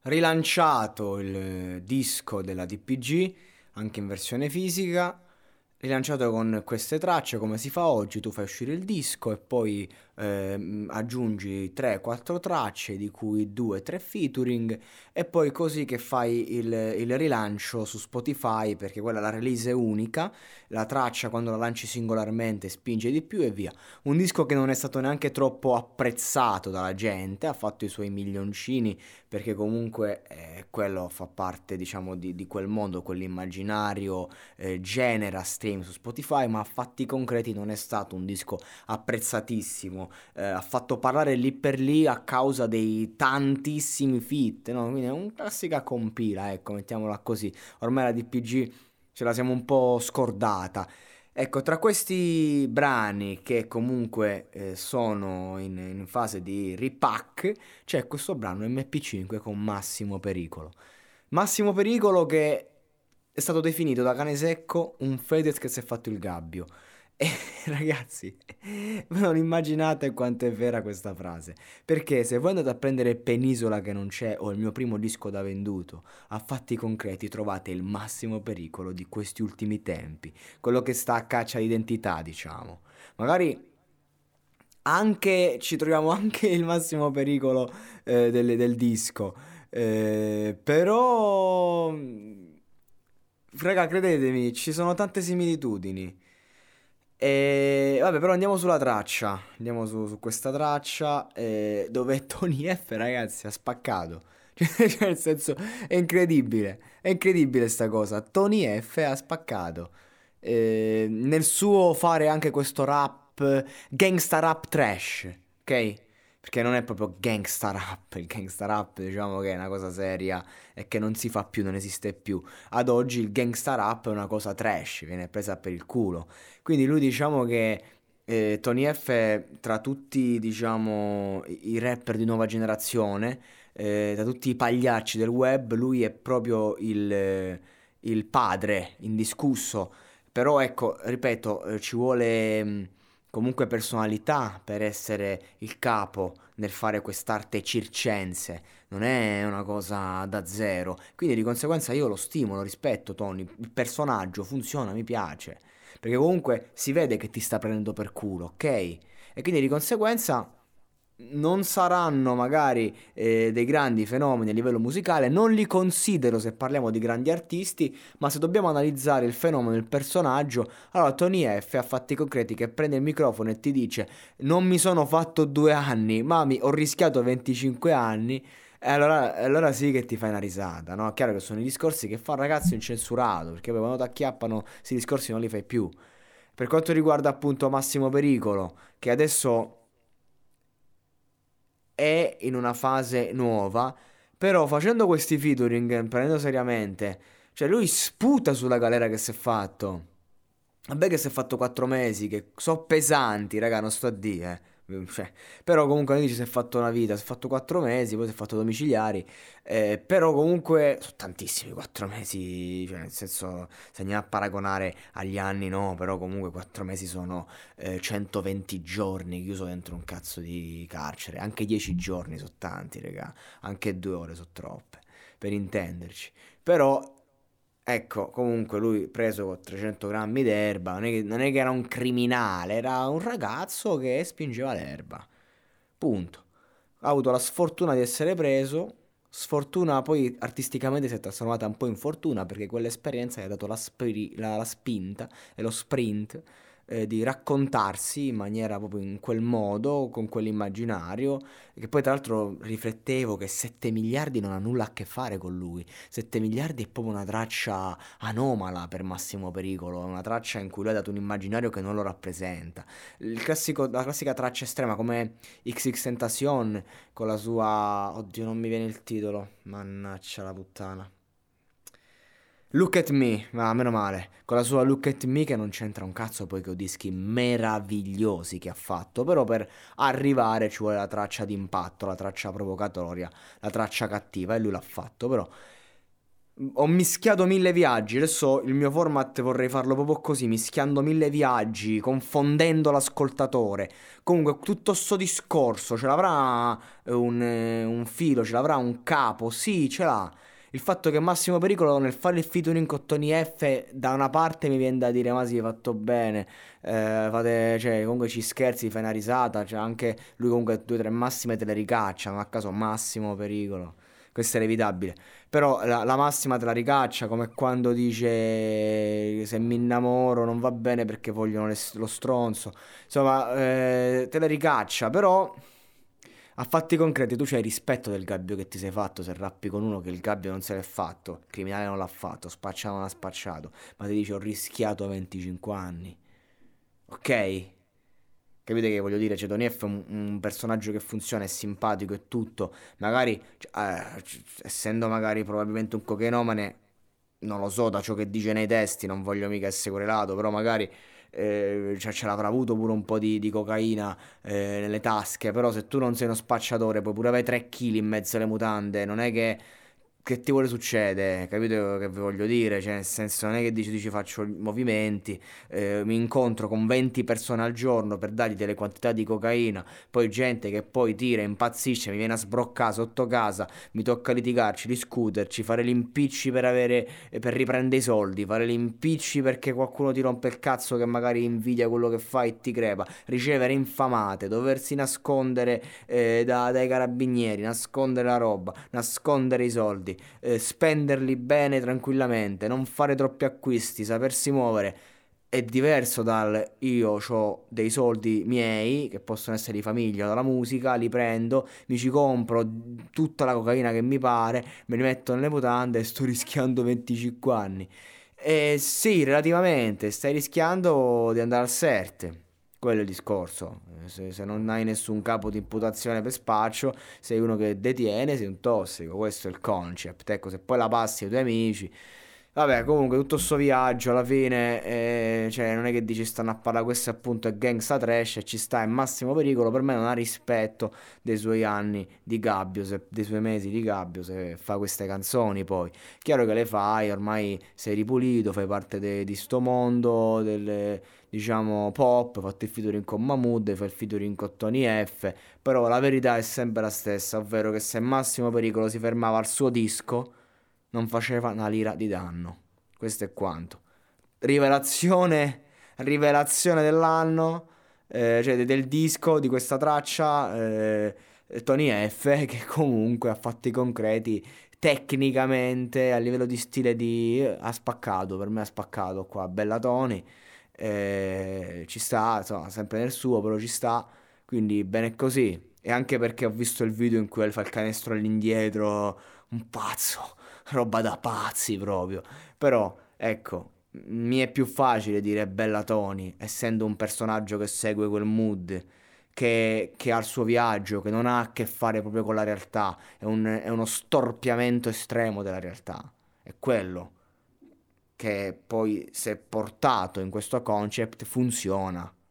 rilanciato il disco della DPG, anche in versione fisica, rilanciato con queste tracce come si fa oggi, tu fai uscire il disco e poi aggiungi 3-4 tracce di cui 2-3 featuring e poi così che fai il rilancio su Spotify perché quella la release è unica, la traccia quando la lanci singolarmente spinge di più e via. Un disco che non è stato neanche troppo apprezzato dalla gente, ha fatto i suoi milioncini perché comunque quello fa parte, diciamo, di quel mondo, quell'immaginario genera stream su Spotify, ma a fatti concreti non è stato un disco apprezzatissimo. Ha fatto parlare lì per lì a causa dei tantissimi feat, no? Quindi è un classica compila, ecco, mettiamola così. Ormai la DPG ce la siamo un po' scordata. Ecco, tra questi brani che comunque sono in fase di repack, c'è questo brano MP5 con Massimo Pericolo. Massimo Pericolo che è stato definito da Cane Secco un Fedez che si è fatto il gabbio. E ragazzi, voi non immaginate quanto è vera questa frase. Perché se voi andate a prendere Penisola che non c'è o il mio primo disco da venduto, a fatti concreti trovate il massimo pericolo di questi ultimi tempi. Quello che sta a caccia di identità, diciamo. Magari anche ci troviamo anche il massimo pericolo del disco. Però, raga, credetemi, ci sono tante similitudini. E vabbè, però andiamo sulla traccia. Andiamo su questa traccia dove Tony F, ragazzi, ha spaccato. Cioè, nel senso, è incredibile. È incredibile sta cosa. Tony F ha spaccato. Nel suo fare anche questo rap, gangsta rap trash, ok? Perché non è proprio gangsta rap. Il gangsta rap, diciamo che è una cosa seria e che non si fa più, non esiste più. Ad oggi il gangsta rap è una cosa trash, viene presa per il culo. Quindi lui diciamo che Tony F tra tutti diciamo i rapper di nuova generazione, tra tutti i pagliacci del web, lui è proprio il padre indiscusso. Però ecco, ripeto, ci vuole comunque personalità per essere il capo nel fare quest'arte circense. Non è una cosa da zero. Quindi di conseguenza io lo stimolo, rispetto Tony, il personaggio funziona, mi piace. Perché comunque si vede che ti sta prendendo per culo, ok? E quindi di conseguenza non saranno magari dei grandi fenomeni a livello musicale, non li considero se parliamo di grandi artisti, ma se dobbiamo analizzare il fenomeno, il personaggio, allora Tony F ha fatti concreti che prende il microfono e ti dice non mi sono fatto 2 anni, ma ho rischiato 25 anni. E allora sì che ti fai una risata, no? È chiaro che sono i discorsi che fa un ragazzo incensurato, perché poi quando ti acchiappano, questi discorsi non li fai più. Per quanto riguarda appunto Massimo Pericolo, che adesso è in una fase nuova, però facendo questi featuring, prendendo seriamente, cioè lui sputa sulla galera che si è fatto. Vabbè che si è fatto 4 mesi, che so pesanti, raga, non sto a dire. Cioè, però comunque lui dice si è fatto una vita, si è fatto 4 mesi, poi si è fatto domiciliari, però comunque sono tantissimi 4 mesi, cioè nel senso se andiamo a paragonare agli anni no, però comunque 4 mesi sono 120 giorni chiuso dentro un cazzo di carcere, anche 10 giorni sono tanti, raga, anche 2 ore sono troppe, per intenderci. Però ecco, comunque lui preso con 300 grammi d'erba, non è che era un criminale, era un ragazzo che spingeva l'erba. Punto. Ha avuto la sfortuna di essere preso, sfortuna poi artisticamente si è trasformata un po' in fortuna perché quell'esperienza gli ha dato la spinta e lo sprint di raccontarsi in maniera proprio in quel modo, con quell'immaginario, che poi tra l'altro riflettevo che 7 miliardi non ha nulla a che fare con lui. 7 miliardi è proprio una traccia anomala per Massimo Pericolo, è una traccia in cui lui ha dato un immaginario che non lo rappresenta. La classica traccia estrema come XXXTentacion con la sua... Oddio, non mi viene il titolo. Mannaggia la puttana. Look at Me, ma meno male, con la sua Look at Me che non c'entra un cazzo poi con dischi meravigliosi che ha fatto, però per arrivare ci vuole la traccia d'impatto, la traccia provocatoria, la traccia cattiva e lui l'ha fatto, però Ho mischiato 1000 viaggi, adesso il mio format vorrei farlo proprio così, mischiando 1000 viaggi, confondendo l'ascoltatore. Comunque tutto sto discorso ce l'avrà un filo, ce l'avrà un capo, sì, ce l'ha. Il fatto che Massimo Pericolo nel fare il featuring con Tony F da una parte mi viene da dire ma sì, fatto bene, cioè, comunque ci scherzi, fai una risata, cioè anche lui comunque due o tre massime te le ricaccia, non a caso Massimo Pericolo, questo è inevitabile. Però la massima te la ricaccia, come quando dice se mi innamoro non va bene perché vogliono lo stronzo. Insomma, te la ricaccia, però a fatti concreti tu c'hai rispetto del gabbio che ti sei fatto se rappi con uno che il gabbio non se l'è fatto, il criminale non l'ha fatto, spacciato non l'ha spacciato, ma ti dice ho rischiato 25 anni. Ok? Capite che voglio dire? Cioè, Tony F è un personaggio che funziona, è simpatico e tutto. Magari, essendo magari probabilmente un cocainomane, non lo so da ciò che dice nei testi, non voglio mica essere querelato, però magari cioè, ce l'avrà avuto pure un po' di cocaina nelle tasche. Però se tu non sei uno spacciatore, puoi pure avere 3 kg in mezzo alle mutande, non è che ti vuole succedere, capito che vi voglio dire? Cioè, nel senso, non è che dici faccio movimenti, mi incontro con 20 persone al giorno per dargli delle quantità di cocaina, poi gente che poi tira, impazzisce, mi viene a sbroccare sotto casa, mi tocca litigarci, discuterci, fare gli impicci per avere, per riprendere i soldi, fare gli impicci perché qualcuno ti rompe il cazzo che magari invidia quello che fai e ti crepa, ricevere infamate, doversi nascondere dai carabinieri, nascondere la roba, nascondere i soldi, spenderli bene tranquillamente, non fare troppi acquisti, sapersi muovere. È diverso dal io ho dei soldi miei che possono essere di famiglia, dalla musica, li prendo, mi ci compro tutta la cocaina che mi pare, me li metto nelle mutande e sto rischiando 25 anni. Sì, relativamente, stai rischiando di andare al CERT. Quello è il discorso. Se non hai nessun capo di imputazione per spaccio, sei uno che detiene, sei un tossico. Questo è il concept. Ecco, se poi la passi ai tuoi amici. Vabbè, comunque tutto sto viaggio alla fine, cioè non è che dici stanno a parlare questo appunto è gangsta trash e ci sta in massimo pericolo, per me non ha rispetto dei suoi anni di gabbio, dei suoi mesi di gabbio, se fa queste canzoni poi. Chiaro che le fai, ormai sei ripulito, fai parte di sto mondo, diciamo pop, hai fatto il featuring con Mahmood, fai il featuring con Tony F, però la verità è sempre la stessa, ovvero che se Massimo Pericolo si fermava al suo disco non faceva una lira di danno. Questo è quanto. Rivelazione, rivelazione dell'anno, cioè del disco, di questa traccia, Tony F, che comunque a fatti concreti, tecnicamente, a livello di stile ha spaccato, per me ha spaccato qua, bella Tony, ci sta, insomma, sempre nel suo, però ci sta, quindi bene così. E anche perché ho visto il video in cui fa il canestro all'indietro, un pazzo, roba da pazzi proprio. Però, ecco, mi è più facile dire Bella Tony, essendo un personaggio che segue quel mood, che ha il suo viaggio, che non ha a che fare proprio con la realtà, è uno storpiamento estremo della realtà. È quello che poi, se portato in questo concept, funziona.